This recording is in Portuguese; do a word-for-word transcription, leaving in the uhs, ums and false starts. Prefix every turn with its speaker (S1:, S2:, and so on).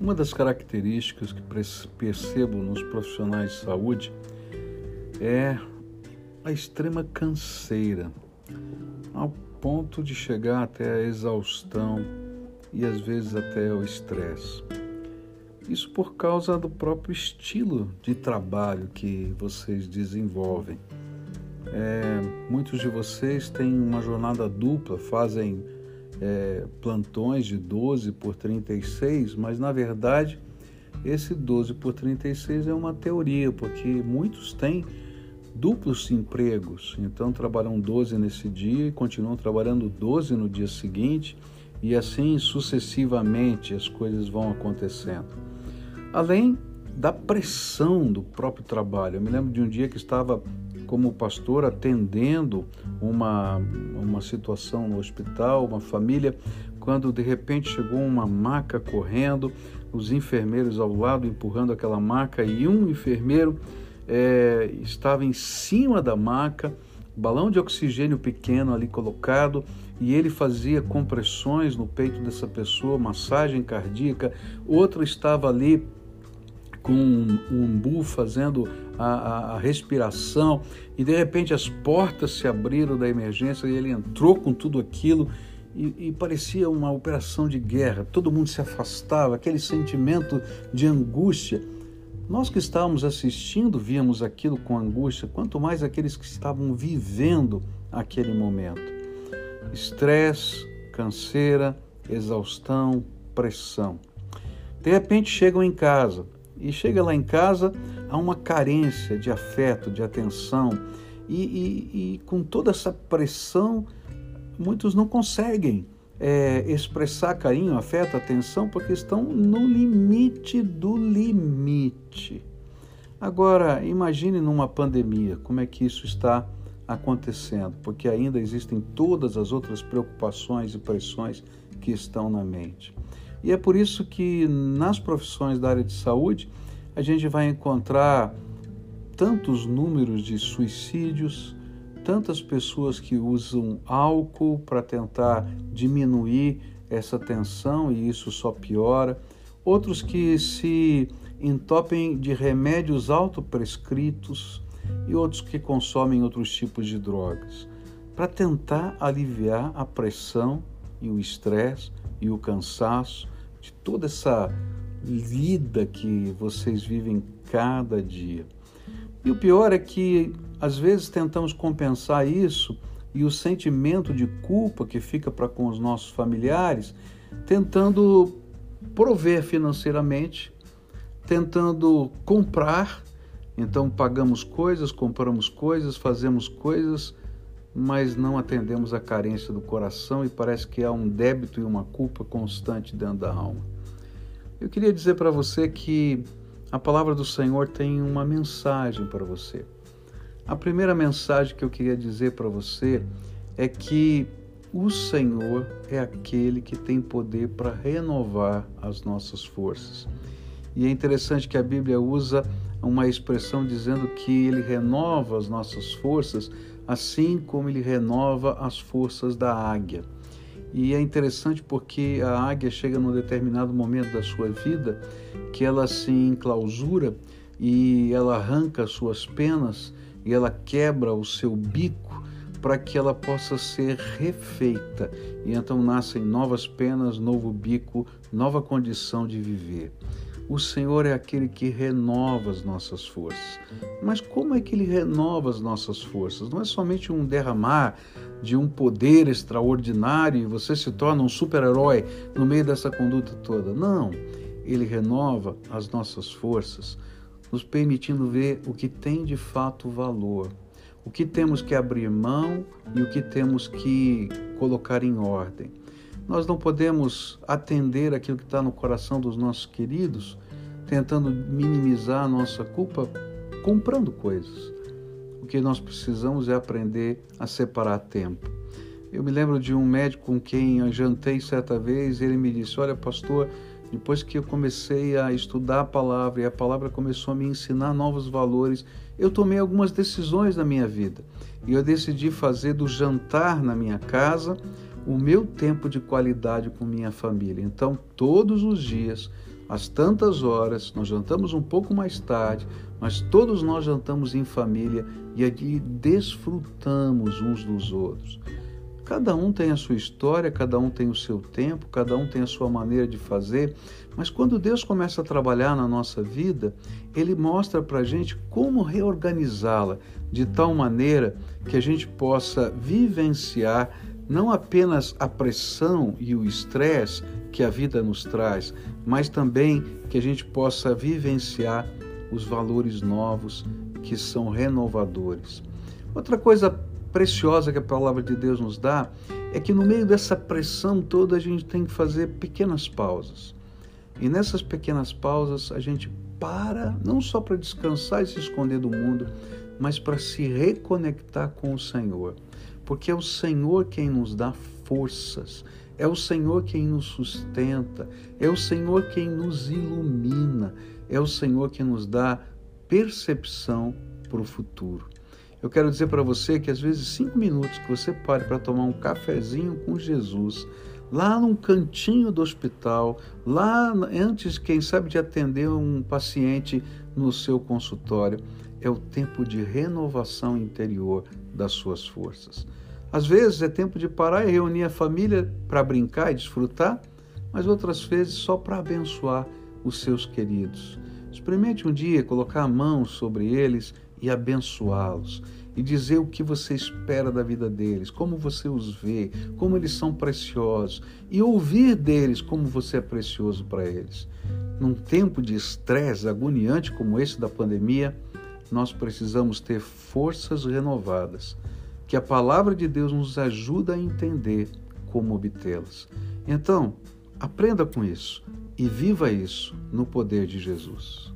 S1: Uma das características que percebo nos profissionais de saúde é a extrema canseira, ao ponto de chegar até a exaustão e às vezes até o estresse. Isso por causa do próprio estilo de trabalho que vocês desenvolvem. É, muitos de vocês têm uma jornada dupla, fazem é, plantões de doze por trinta e seis, mas na verdade esse doze por trinta e seis é uma teoria, porque muitos têm duplos empregos, então trabalham doze nesse dia e continuam trabalhando doze no dia seguinte, e assim sucessivamente as coisas vão acontecendo. Além da pressão do próprio trabalho. Eu me lembro de um dia que estava como pastor atendendo uma, uma situação no hospital, uma família, quando de repente chegou uma maca correndo, os enfermeiros ao lado empurrando aquela maca, e um enfermeiro é, estava em cima da maca, balão de oxigênio pequeno ali colocado, e ele fazia compressões no peito dessa pessoa, massagem cardíaca. Outro estava ali com um umbu fazendo a, a, a respiração, e de repente as portas se abriram da emergência e ele entrou com tudo aquilo e, e parecia uma operação de guerra. Todo mundo se afastava, aquele sentimento de angústia. Nós que estávamos assistindo víamos aquilo com angústia, quanto mais aqueles que estavam vivendo aquele momento. Estresse, canseira, exaustão, pressão. De repente chegam em casa, e chega lá em casa, há uma carência de afeto, de atenção, e, e, e com toda essa pressão, muitos não conseguem é, expressar carinho, afeto, atenção, porque estão no limite do limite. Agora, imagine numa pandemia, como é que isso está acontecendo, porque ainda existem todas as outras preocupações e pressões que estão na mente. E é por isso que nas profissões da área de saúde a gente vai encontrar tantos números de suicídios, tantas pessoas que usam álcool para tentar diminuir essa tensão e isso só piora, outros que se entopem de remédios autoprescritos e outros que consomem outros tipos de drogas, para tentar aliviar a pressão e o estresse e o cansaço de toda essa lida que vocês vivem cada dia. E o pior é que, às vezes, tentamos compensar isso e o sentimento de culpa que fica para com os nossos familiares, tentando prover financeiramente, tentando comprar. Então, pagamos coisas, compramos coisas, fazemos coisas, mas não atendemos a carência do coração e parece que há um débito e uma culpa constante dentro da alma. Eu queria dizer para você que a palavra do Senhor tem uma mensagem para você. A primeira mensagem que eu queria dizer para você é que o Senhor é aquele que tem poder para renovar as nossas forças. E é interessante que a Bíblia usa uma expressão dizendo que Ele renova as nossas forças, assim como Ele renova as forças da águia. E é interessante porque a águia chega num determinado momento da sua vida que ela se enclausura e ela arranca as suas penas e ela quebra o seu bico para que ela possa ser refeita. E então nascem novas penas, novo bico, nova condição de viver. O Senhor é aquele que renova as nossas forças. Mas como é que Ele renova as nossas forças? Não é somente um derramar de um poder extraordinário e você se torna um super-herói no meio dessa conduta toda. Não, Ele renova as nossas forças, nos permitindo ver o que tem de fato valor, o que temos que abrir mão e o que temos que colocar em ordem. Nós não podemos atender aquilo que está no coração dos nossos queridos, tentando minimizar a nossa culpa, comprando coisas. O que nós precisamos é aprender a separar tempo. Eu me lembro de um médico com quem eu jantei certa vez, e ele me disse: olha, pastor, depois que eu comecei a estudar a palavra e a palavra começou a me ensinar novos valores, eu tomei algumas decisões na minha vida. E eu decidi fazer do jantar na minha casa o meu tempo de qualidade com minha família. Então, todos os dias, às tantas horas, nós jantamos um pouco mais tarde, mas todos nós jantamos em família e aqui desfrutamos uns dos outros. Cada um tem a sua história, cada um tem o seu tempo, cada um tem a sua maneira de fazer, mas quando Deus começa a trabalhar na nossa vida, Ele mostra para a gente como reorganizá-la de tal maneira que a gente possa vivenciar não apenas a pressão e o estresse que a vida nos traz, mas também que a gente possa vivenciar os valores novos que são renovadores. Outra coisa preciosa que a palavra de Deus nos dá é que no meio dessa pressão toda a gente tem que fazer pequenas pausas. E nessas pequenas pausas a gente para, não só para descansar e se esconder do mundo, mas para se reconectar com o Senhor. Porque é o Senhor quem nos dá forças, é o Senhor quem nos sustenta, é o Senhor quem nos ilumina, é o Senhor quem nos dá percepção para o futuro. Eu quero dizer para você que às vezes cinco minutos que você pare para tomar um cafezinho com Jesus, lá num cantinho do hospital, lá antes, quem sabe, de atender um paciente no seu consultório, é o tempo de renovação interior das suas forças. Às vezes é tempo de parar e reunir a família para brincar e desfrutar, mas outras vezes só para abençoar os seus queridos. Experimente um dia colocar a mão sobre eles e abençoá-los, e dizer o que você espera da vida deles, como você os vê, como eles são preciosos, e ouvir deles como você é precioso para eles. Num tempo de estresse agoniante como esse da pandemia, nós precisamos ter forças renovadas, que a palavra de Deus nos ajuda a entender como obtê-las. Então, aprenda com isso e viva isso no poder de Jesus.